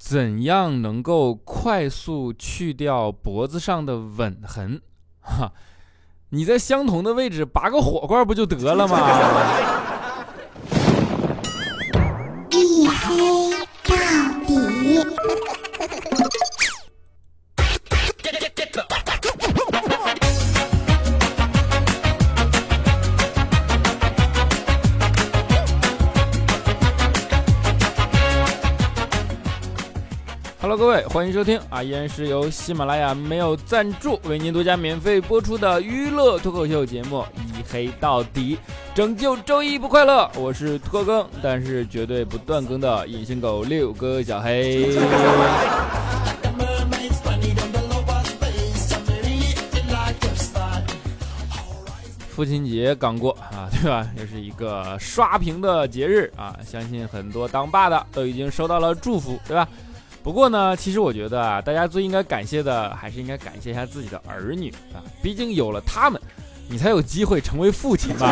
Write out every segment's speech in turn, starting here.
怎样能够快速去掉脖子上的吻痕？哈，你在相同的位置拔个火罐不就得了吗？ 一黑到底。 Hello， 各位，欢迎收听依然是由喜马拉雅没有赞助为您独家免费播出的娱乐脱口秀节目《一黑到底》，拯救周一不快乐。我是拖更，但是绝对不断更的隐形狗六哥小黑。父亲节刚过啊，对吧？又是一个刷屏的节日啊，相信很多当爸的都已经收到了祝福，对吧？不过呢，其实我觉得大家最应该感谢的，还是应该感谢一下自己的儿女啊，毕竟有了他们，你才有机会成为父亲嘛。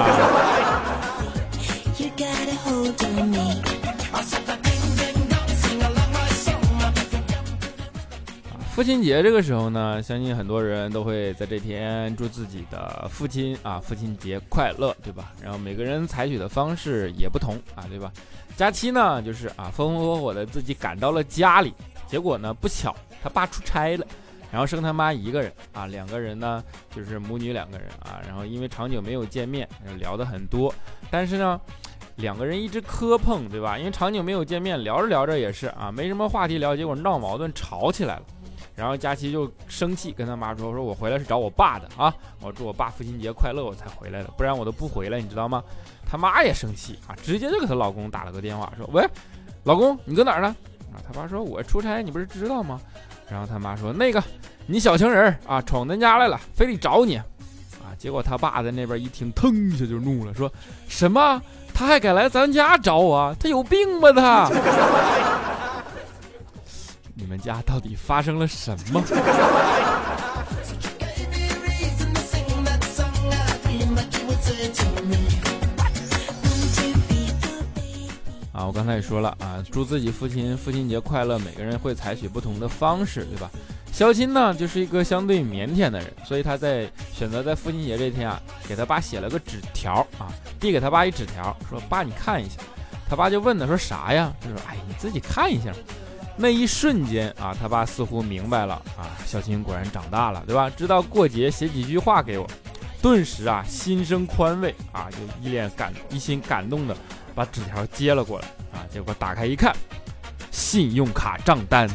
父亲节这个时候呢，相信很多人都会在这天祝自己的父亲父亲节快乐，对吧？然后每个人采取的方式也不同啊，对吧？佳期呢，就是风风火火的自己赶到了家里，结果呢不巧他爸出差了，然后剩他妈一个人啊，两个人呢就是母女两个人啊，然后因为长久没有见面，聊得很多，但是呢两个人一直磕碰，对吧？因为长久没有见面，聊着聊着也是没什么话题聊，结果闹矛盾吵起来了。然后佳琪就生气跟他妈说我回来是找我爸的啊，我祝我爸父亲节快乐我才回来的，不然我都不回来，你知道吗？他妈也生气直接就给她老公打了个电话说，喂，老公你搁哪儿呢？他爸说我出差，你不是知道吗？然后他妈说那个你小情人闯咱家来了，非得找你结果他爸在那边一听，腾一下就怒了，说什么他还敢来咱家找我？他有病吧他？你们家到底发生了什么？我刚才也说了祝自己父亲节快乐，每个人会采取不同的方式，对吧？肖钦呢就是一个相对腼腆的人，所以他选择在父亲节这天给他爸写了个纸条递给他爸一纸条，说爸你看一下。他爸就问他说啥呀？他说你自己看一下。那一瞬间他爸似乎明白了小钦果然长大了，对吧？知道过节写几句话给我，顿时心生宽慰就一心感动的把纸条接了过来结果打开一看，信用卡账单。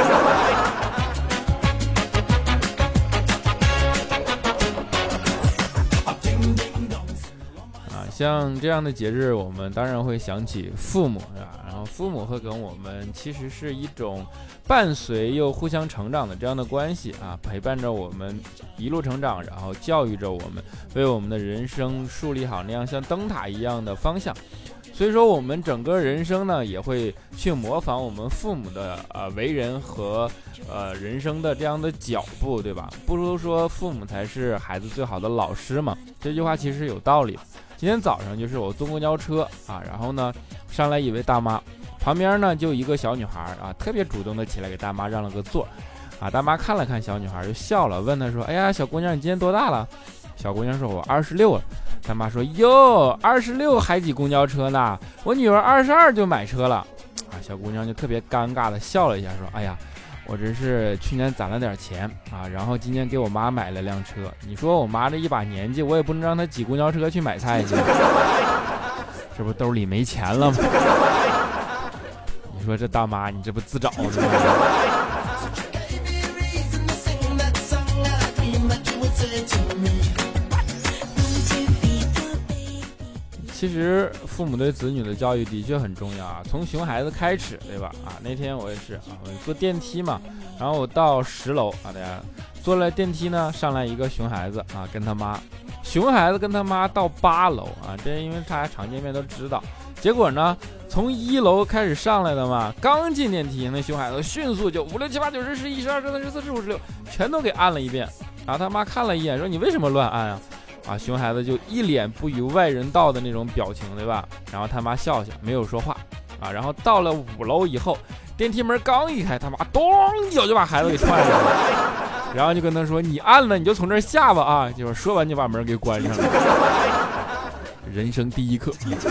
像这样的节日，我们当然会想起父母，然后父母会跟我们其实是一种伴随又互相成长的这样的关系陪伴着我们一路成长，然后教育着我们，为我们的人生树立好那样像灯塔一样的方向。所以说我们整个人生呢也会去模仿我们父母的为人和人生的这样的脚步，对吧？不如说父母才是孩子最好的老师嘛，这句话其实有道理。今天早上就是我坐公交车然后呢上来一位大妈，旁边呢就一个小女孩特别主动的起来给大妈让了个座大妈看了看小女孩就笑了，问她说，哎呀小姑娘你今年多大了？小姑娘说我26了。大妈说哟26还挤公交车呢，我女儿22就买车了小姑娘就特别尴尬的笑了一下说，哎呀我这是去年攒了点钱然后今年给我妈买了辆车，你说我妈这一把年纪，我也不能让她挤公交车去买菜去，这不兜里没钱了吗？你说这大妈你这不自找的吗？其实父母对子女的教育的确很重要从熊孩子开始，对吧？那天我也是我坐电梯嘛，然后我到10楼大家坐了电梯呢，上来一个熊孩子跟他妈，熊孩子跟他妈到8楼这因为大家常见面都知道。结果呢，从1楼开始上来的嘛，刚进电梯，那熊孩子迅速就5、6、7、8、9、10、11、12、13、14、15、16全都给按了一遍。他妈看了一眼说：“你为什么乱按熊孩子就一脸不与外人道的那种表情，对吧？然后他妈笑笑，没有说话然后到了5楼以后， 电梯门刚一开，他妈咚一脚就把孩子给踹了，然后就跟他说：“你按了你就从这儿下吧啊！”结果说完就把门给关上了。人生第一课。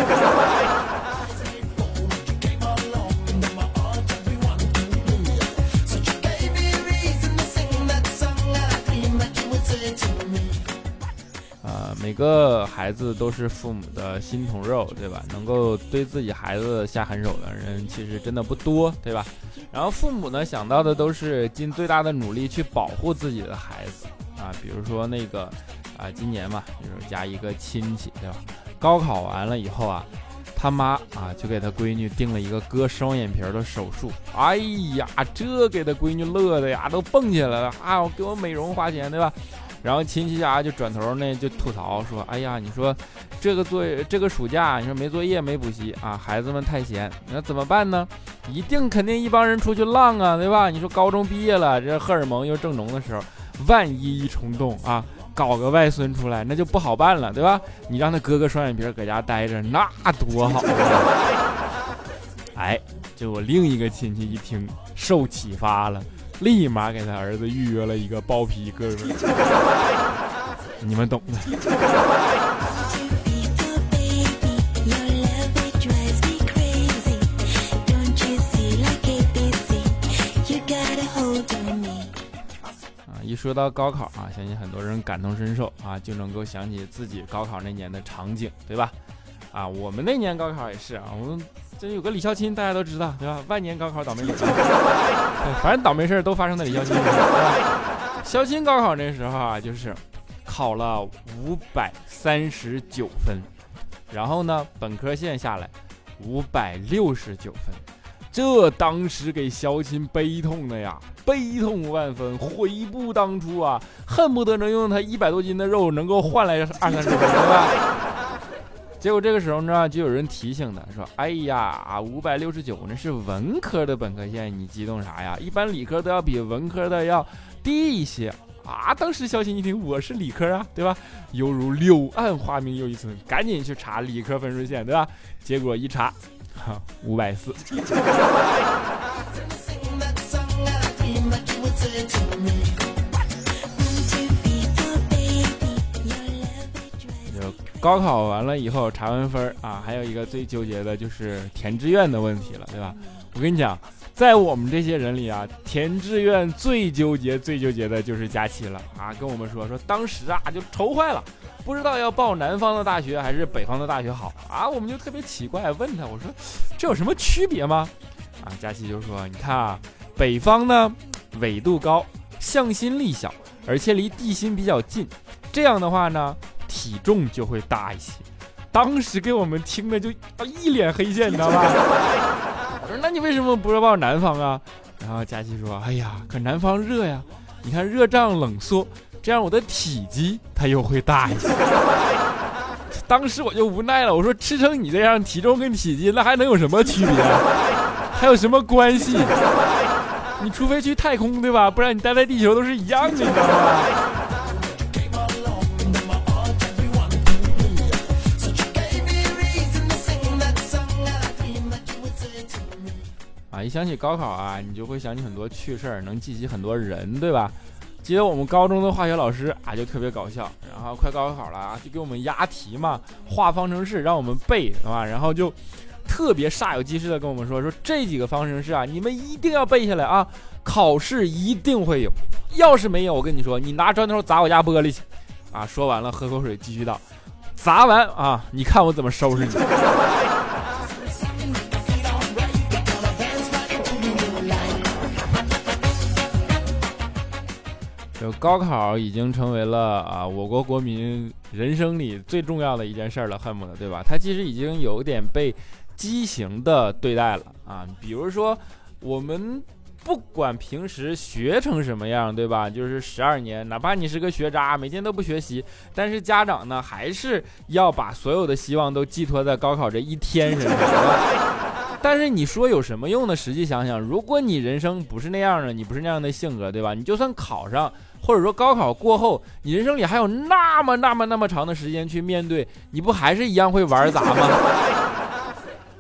每个孩子都是父母的心头肉，对吧？能够对自己孩子下狠手的人其实真的不多，对吧？然后父母呢想到的都是尽最大的努力去保护自己的孩子啊，比如说那个今年嘛，就是家一个亲戚，对吧？高考完了以后啊，他妈啊就给他闺女定了一个割双眼皮的手术。哎呀，这给他闺女乐的呀都蹦起来了啊！我给我美容花钱，对吧？然后亲戚家就转头呢就吐槽说：“哎呀，你说这个暑假，你说没作业没补习啊，孩子们太闲，那怎么办呢？肯定一帮人出去浪啊，对吧？你说高中毕业了，这荷尔蒙又正浓的时候，万一冲动啊，搞个外孙出来，那就不好办了，对吧？你让他割个双眼皮搁家待着，那多好啊！”哎，就我另一个亲戚一听受启发了。立马给他儿子预约了一个包皮割手术，你们懂的。一说到高考啊，相信很多人感同身受啊，就能够想起自己高考那年的场景，对吧？啊，我们那年高考也是啊，我们这有个李孝钦，大家都知道，对吧？万年高考倒霉鬼，反正倒霉事都发生在李孝钦身上，对吧？孝钦高考那时候啊，就是考了539分，然后呢，本科线下来569分，这当时给孝钦悲痛的呀，悲痛万分，悔不当初啊，恨不得能用他100多斤的肉能够换来20-30分，对吧？结果这个时候呢，就有人提醒他说：“哎呀，569那是文科的本科线，你激动啥呀？一般理科都要比文科的要低一些啊！”当时孝钦一听，我是理科啊，对吧？犹如柳暗花明又一村，赶紧去查理科分数线，对吧？结果一查，540。高考完了以后查完分啊，还有一个最纠结的就是填志愿的问题了，对吧？我跟你讲，在我们这些人里啊，填志愿最纠结的就是佳期了啊！跟我们说当时啊就愁坏了，不知道要报南方的大学还是北方的大学好啊！我们就特别奇怪，问他我说这有什么区别吗？啊，佳期就说你看啊，北方呢纬度高，向心力小，而且离地心比较近，这样的话呢体重就会大一些。当时给我们听的就一脸黑线，你知道吧？我说那你为什么不是报南方啊？然后佳琪说：“哎呀，可南方热呀，你看热胀冷缩，这样我的体积它又会大一些。”当时我就无奈了，我说吃成你这样，体重跟体积那还能有什么区别？还有什么关系？你除非去太空，对吧？不然你待在地球都是一样的，你知道吗？一想起高考啊，你就会想起很多趣事儿，能记起很多人，对吧？记得我们高中的化学老师啊，就特别搞笑，然后快高考了啊，就给我们押题嘛，画方程式让我们背，对吧？然后就特别煞有介事的跟我们说这几个方程式啊，你们一定要背下来啊，考试一定会有，要是没有，我跟你说，你拿砖头砸我家玻璃去啊！说完了，喝口水，继续道，砸完啊，你看我怎么收拾你。高考已经成为了我国国民人生里最重要的一件事了，恨不得，对吧？它其实已经有点被畸形的对待了啊。比如说我们不管平时学成什么样，对吧？就是12年，哪怕你是个学渣，每天都不学习，但是家长呢还是要把所有的希望都寄托在高考这一天身上。但是你说有什么用呢？实际想想，如果你人生不是那样的，你不是那样的性格，对吧？你就算考上，或者说高考过后，你人生里还有那么长的时间去面对，你不还是一样会玩砸吗？所以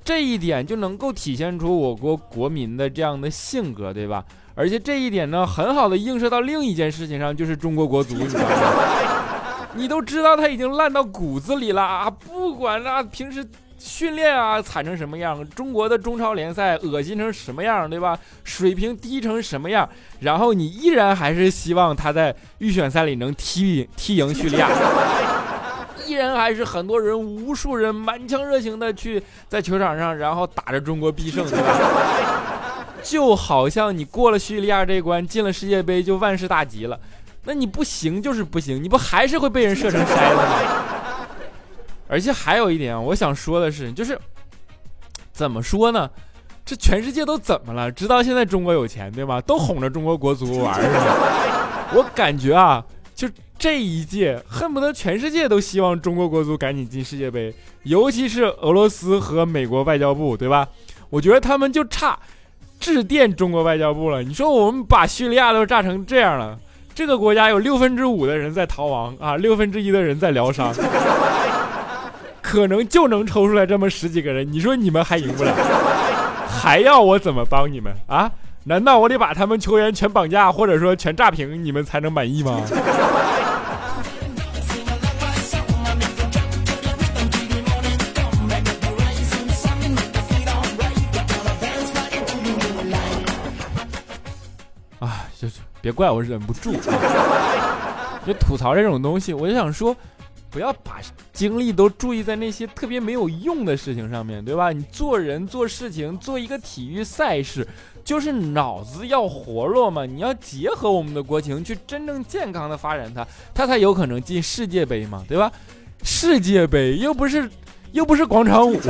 这一点就能够体现出我国国民的这样的性格，对吧？而且这一点呢，很好的映射到另一件事情上，就是中国国足，你知道吗？你都知道他已经烂到骨子里了啊！不管平时训练啊惨成什么样，中国的中超联赛恶心成什么样，对吧？水平低成什么样，然后你依然还是希望他在预选赛里能踢赢叙利亚。依然还是很多人无数人满腔热情的去在球场上，然后打着中国必胜，对吧？就好像你过了叙利亚这一关，进了世界杯就万事大吉了。那你不行就是不行，你不还是会被人射成筛子吗？而且还有一点我想说的是，就是怎么说呢，这全世界都怎么了？直到现在中国有钱，对吧？都哄着中国国足玩是吧？我感觉啊，就这一届恨不得全世界都希望中国国足赶紧进世界杯，尤其是俄罗斯和美国外交部，对吧？我觉得他们就差致电中国外交部了。你说我们把叙利亚都炸成这样了，这个国家有5%的人在逃亡啊，1/6的人在疗伤，可能就能抽出来这么10几个人，你说你们还赢不了？还要我怎么帮你们啊？难道我得把他们球员全绑架，或者说全炸平，你们才能满意吗？就是别怪我忍不住啊！就吐槽这种东西，我就想说，不要把精力都注意在那些特别没有用的事情上面，对吧？你做人做事情，做一个体育赛事，就是脑子要活络嘛。你要结合我们的国情，去真正健康的发展它才有可能进世界杯嘛，对吧？世界杯又不是广场舞。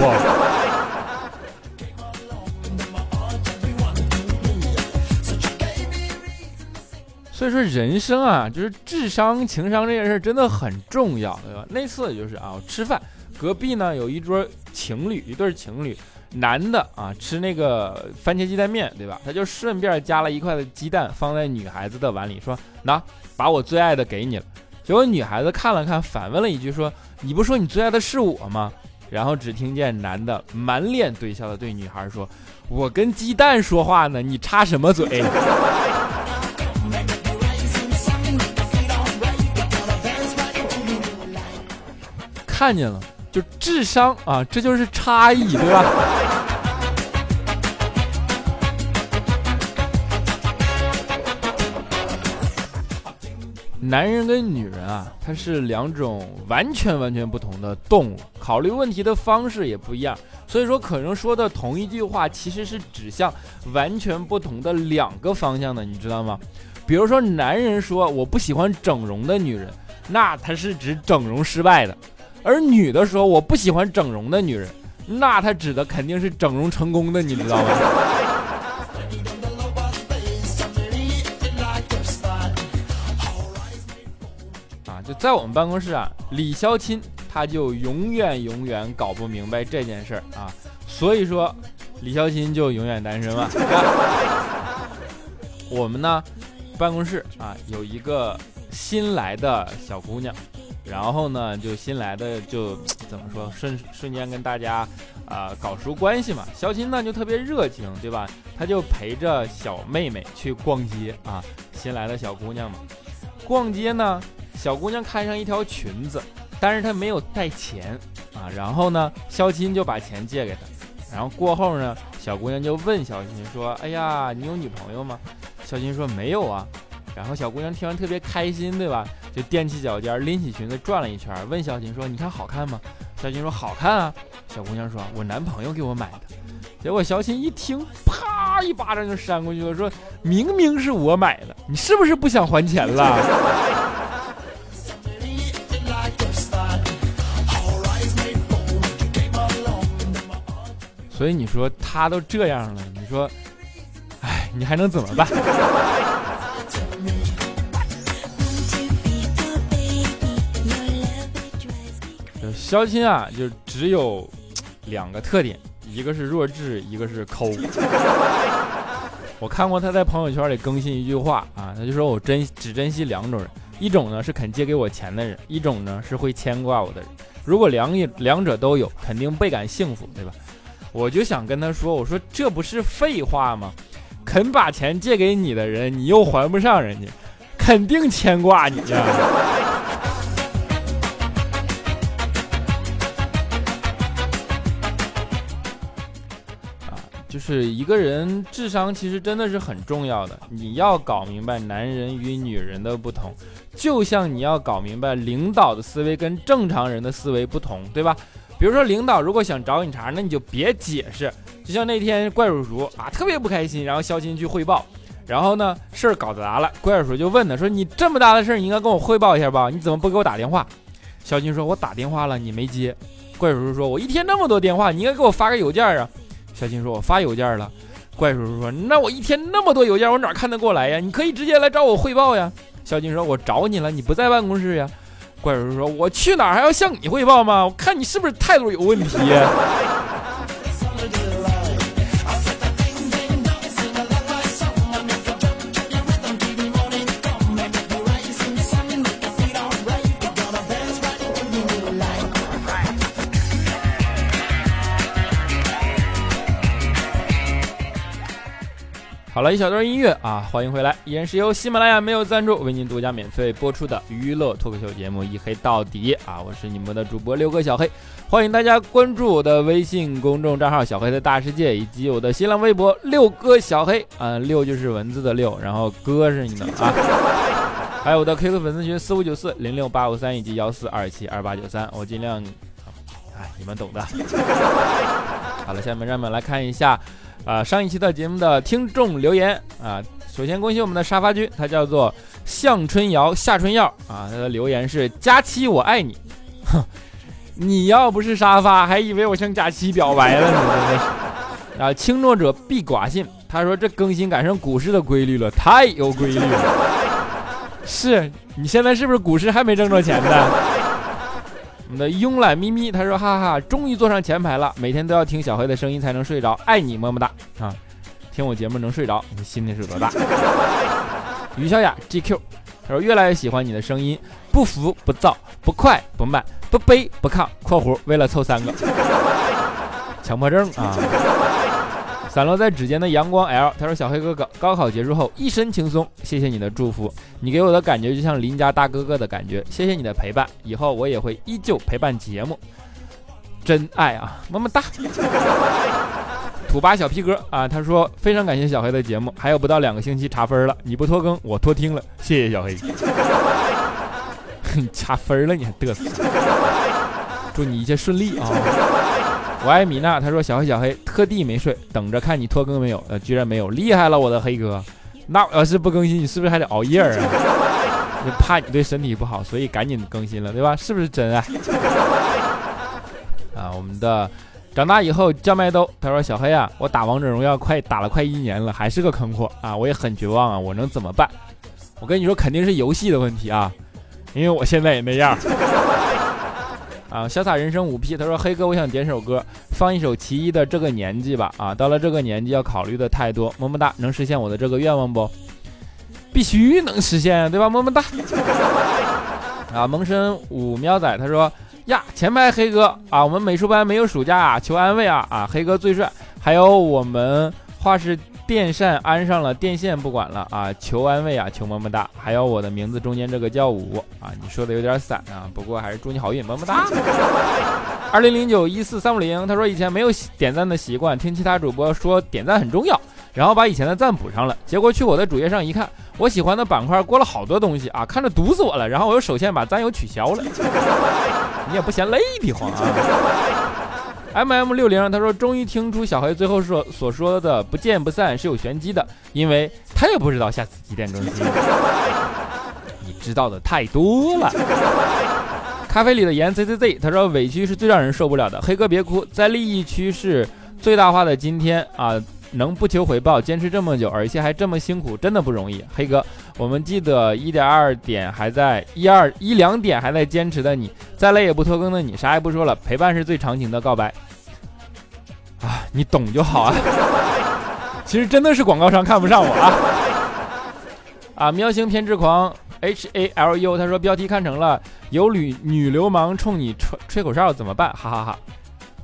所以说人生啊，就是智商情商这件事真的很重要，对吧？那次就是我吃饭，隔壁呢有一对情侣，男的吃那个番茄鸡蛋面，对吧？他就顺便加了1块的鸡蛋放在女孩子的碗里，说拿，把我最爱的给你了。结果女孩子看了看，反问了一句说，你不说你最爱的是我吗？然后只听见男的满脸堆笑的对女孩说，我跟鸡蛋说话呢，你插什么嘴？看见了，就智商啊，这就是差异，对吧？男人跟女人啊，它是2种完全不同的动物，考虑问题的方式也不一样，所以说可能说的同一句话，其实是指向完全不同的2个方向的，你知道吗？比如说男人说我不喜欢整容的女人，那他是指整容失败的。而女的说我不喜欢整容的女人，那她指的肯定是整容成功的，你知道吗？就在我们办公室李肖钦他就永远搞不明白这件事儿所以说李肖钦就永远单身了。我们呢办公室有一个新来的小姑娘，然后呢就新来的就怎么说瞬间跟大家搞熟关系嘛。肖钦呢就特别热情，对吧？他就陪着小妹妹去逛街新来的小姑娘嘛。逛街呢，小姑娘看上一条裙子，但是她没有带钱然后呢肖钦就把钱借给她，然后过后呢小姑娘就问肖钦说，哎呀你有女朋友吗？肖钦说没有啊。然后小姑娘听完特别开心，对吧？就踮起脚尖拎起裙子转了一圈，问肖钦说，你看好看吗？肖钦说好看啊。小姑娘说我男朋友给我买的。结果肖钦一听，啪一巴掌就扇过去了，说明明是我买的，你是不是不想还钱了？所以你说他都这样了，你说你还能怎么办？肖钦就只有2个特点，一个是弱智，一个是抠。我看过他在朋友圈里更新一句话他就说我只珍惜2种人，一种呢是肯借给我钱的人，一种呢是会牵挂我的人。如果两者都有，肯定倍感幸福，对吧？ 我就想跟他说，我说这不是废话吗？肯把钱借给你的人，你又还不上人家，肯定牵挂你呀。就是一个人智商其实真的是很重要的，你要搞明白男人与女人的不同，就像你要搞明白领导的思维跟正常人的思维不同，对吧？比如说领导如果想找你茬，那你就别解释，就像那天怪叔叔啊特别不开心，然后肖钦去汇报，然后呢事儿搞砸了，怪叔叔就问他说，你这么大的事儿你应该跟我汇报一下吧，你怎么不给我打电话？肖钦说，我打电话了你没接。怪叔叔说，我一天那么多电话，你应该给我发个邮件啊。小金说，我发邮件了。怪叔叔说，那我一天那么多邮件我哪看得过来呀？你可以直接来找我汇报呀。小金说，我找你了，你不在办公室呀。怪叔叔说，我去哪儿还要向你汇报吗？我看你是不是态度有问题呀。好了，一小段音乐啊，欢迎回来，依然是由喜马拉雅没有赞助为您独家免费播出的娱乐脱口秀节目一黑到底啊，我是你们的主播六哥小黑，欢迎大家关注我的微信公众账号小黑的大世界，以及我的新浪微博六哥小黑啊，六就是文字的六，然后哥是你的啊，还有我的 QQ 粉丝群4594068553以及14272893，我尽量你们懂的。好了，下面让我们来看一下上一期的节目的听众留言啊，首先恭喜我们的沙发君，他叫做向春瑶夏春药啊，他的留言是佳期我爱你，哼，你要不是沙发还以为我向佳期表白了，你真的是啊。轻诺者必寡信，他说这更新赶上股市的规律了，太有规律了。是你现在是不是股市还没挣着钱的？我们的慵懒咪咪他说哈哈，终于坐上前排了，每天都要听小黑的声音才能睡着，爱你么么哒啊！听我节目能睡着，你心里是多大？于小雅 GQ 他说越来越喜欢你的声音，不浮不躁，不快不慢，不卑不亢（括弧为了凑3个）强迫症啊！散落在指尖的阳光 L 他说小黑哥哥，高考结束后一身轻松，谢谢你的祝福，你给我的感觉就像邻家大哥哥的感觉，谢谢你的陪伴，以后我也会依旧陪伴节目，真爱啊，么么哒。土巴小皮哥啊，他说非常感谢小黑的节目，还有不到2个星期查分了，你不拖更我拖听了，谢谢小黑。你查分了你还嘚瑟，祝你一切顺利啊。我爱米娜，他说小黑特地没睡，等着看你拖更没有，居然没有，厉害了我的黑哥。那我要是不更新，你是不是还得熬夜啊？就怕你对身体不好，所以赶紧更新了，对吧？是不是真爱？啊，我们的长大以后叫麦兜，他说小黑啊，我打王者荣耀打了1年了，还是个坑货啊，我也很绝望啊，我能怎么办？我跟你说，肯定是游戏的问题啊，因为我现在也那样。啊，潇洒人生5P，他说黑哥，我想点首歌，放一首其一的这个年纪吧。啊，到了这个年纪要考虑的太多，么么哒，能实现我的这个愿望不？必须能实现，对吧？么么哒。啊，萌生5喵仔，他说呀，前排黑哥啊，我们美术班没有暑假啊，求安慰啊！啊，黑哥最帅，还有我们画室电扇安上了电线不管了啊，求安慰啊，求么么哒！还有我的名字中间这个叫5啊，你说的有点散啊，不过还是祝你好运，么么哒。2009-14350，他说以前没有点赞的习惯，听其他主播说点赞很重要，然后把以前的赞补上了，结果去我的主页上一看，我喜欢的板块过了好多东西啊，看着毒死我了，然后我又手欠把赞又取消了。你也不嫌累得慌啊。MM60 他说终于听出小黑最后所说的不见不散是有玄机的，因为他也不知道下次几点更新。你知道的太多了。咖啡里的盐 ZZZ 他说委屈是最让人受不了的，黑哥别哭，在利益趋势最大化的今天啊，能不求回报坚持这么久，而且还这么辛苦，真的不容易。黑哥，我们记得1.2点还在1-2点还在坚持的你，再累也不拖更的你，啥也不说了，陪伴是最长情的告白啊，你懂就好啊。其实真的是广告商看不上我啊。啊，喵星偏执狂 HALU 他说标题看成了有女流氓冲你吹口哨怎么办？哈哈哈。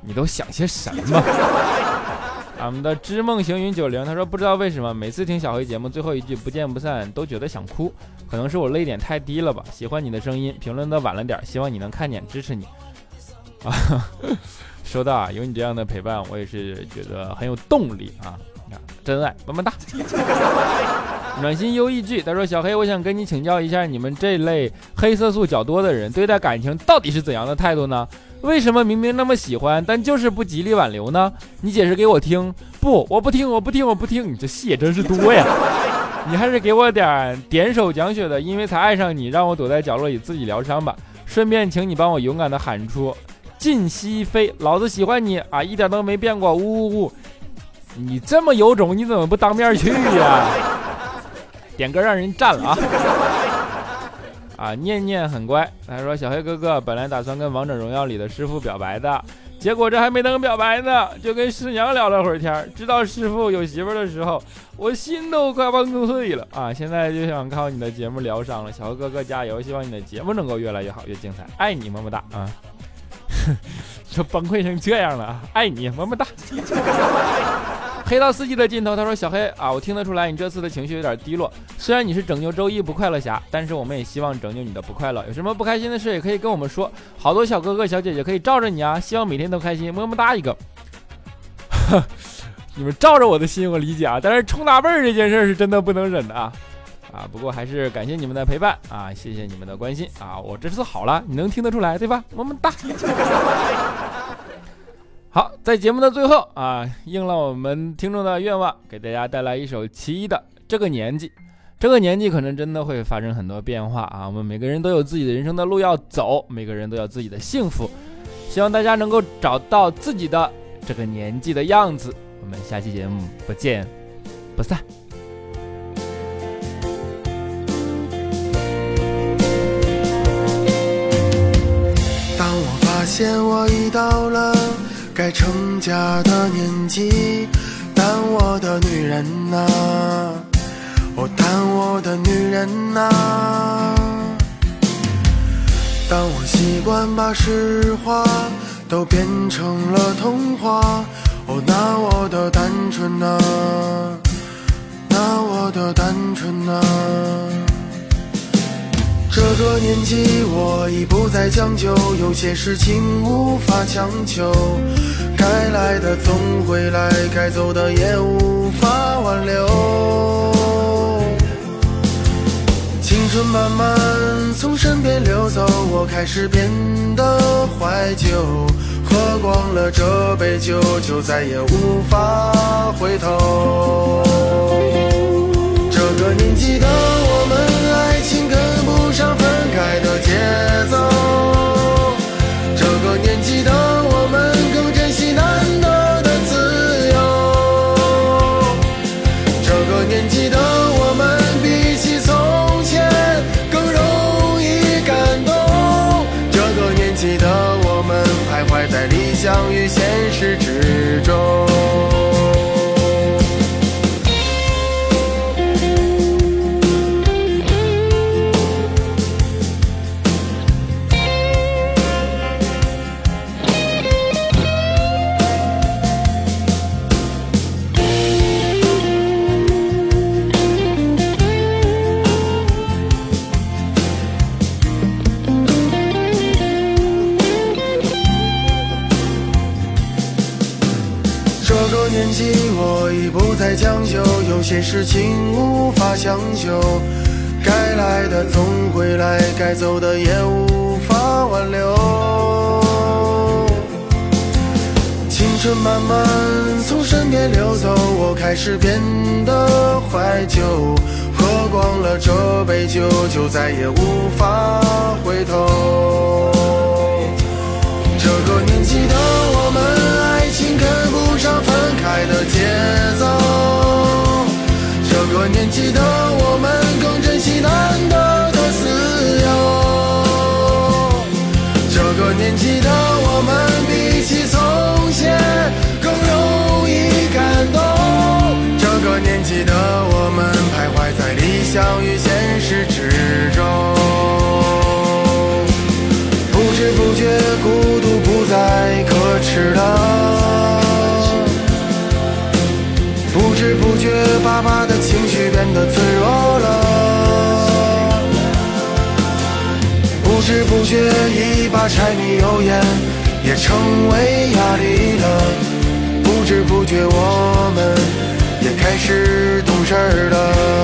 你都想些什么？我们的知梦行云90，他说不知道为什么每次听小黑节目最后一句不见不散都觉得想哭，可能是我泪点太低了吧。喜欢你的声音，评论的晚了点，希望你能看见，支持你啊。收到啊，有你这样的陪伴，我也是觉得很有动力啊。真爱么么哒。暖心优异剧，他说小黑，我想跟你请教一下，你们这类黑色素较多的人对待感情到底是怎样的态度呢？为什么明明那么喜欢，但就是不极力挽留呢？你解释给我听。不，我不听，你这戏也真是多呀。你还是给我点手讲血的，因为才爱上你，让我躲在角落里自己疗伤吧。顺便请你帮我勇敢的喊出晋西飞，老子喜欢你啊，一点都没变过，呜呜呜。你这么有种，你怎么不当面去呀？点歌让人占了啊！念念很乖，他说小黑哥哥本来打算跟王者荣耀里的师傅表白的，结果这还没等表白呢，就跟师娘聊了会儿天，知道师傅有媳妇的时候，我心都快崩碎了啊！现在就想靠你的节目疗伤了，小黑哥哥加油，希望你的节目能够越来越好，越精彩，爱你么么哒啊！就崩溃成这样了啊！爱你么么哒。黑到四季的尽头，他说小黑啊，我听得出来你这次的情绪有点低落，虽然你是拯救周一不快乐侠，但是我们也希望拯救你的不快乐，有什么不开心的事也可以跟我们说，好多小哥哥小姐姐可以罩着你啊，希望每天都开心，么么哒一个。你们罩着我的心我理解啊，但是冲大辈儿这件事是真的不能忍的啊。不过还是感谢你们的陪伴啊，谢谢你们的关心啊，我这次好了，你能听得出来对吧？么么哒。好，在节目的最后啊，应了我们听众的愿望，给大家带来一首齐一的这个年纪。这个年纪可能真的会发生很多变化啊，我们每个人都有自己的人生的路要走，每个人都有自己的幸福，希望大家能够找到自己的这个年纪的样子。我们下期节目不见不散。 当我发现我已到了该成家的年纪，但我的女人啊，但我的女人啊，当我习惯把实话都变成了童话，那我的单纯啊，那我的单纯啊，这个年纪我已不再将就，有些事情无法强求，该来的总会来，该走的也无法挽留。青春慢慢从身边流走，我开始变得怀旧，喝光了这杯酒，就再也无法回头。这个年纪的我们，爱情跟不上分开的节奏，这个年纪的我们更珍惜难得的自由，这个年纪的我们比起从前更容易感动，这个年纪的我们徘徊在理想与现实之中。年纪我已不再将就，有些事情无法强求，该来的总会来，该走的也无法挽留。青春慢慢从身边流走，我开始变得怀旧，喝光了这杯酒，就再也无法回头。这个年纪的我们，爱情跟不上分开的节奏，这个年纪的我们更珍惜难得的自由，这个年纪的我们比起从前更容易感动，这个年纪的我们徘徊在理想与现实之中，不知不觉孤独不再可耻， 始了。不知不觉，爸爸的情绪变得脆弱了。不知不觉，一把柴米油盐也成为压力了。不知不觉，我们也开始懂事了。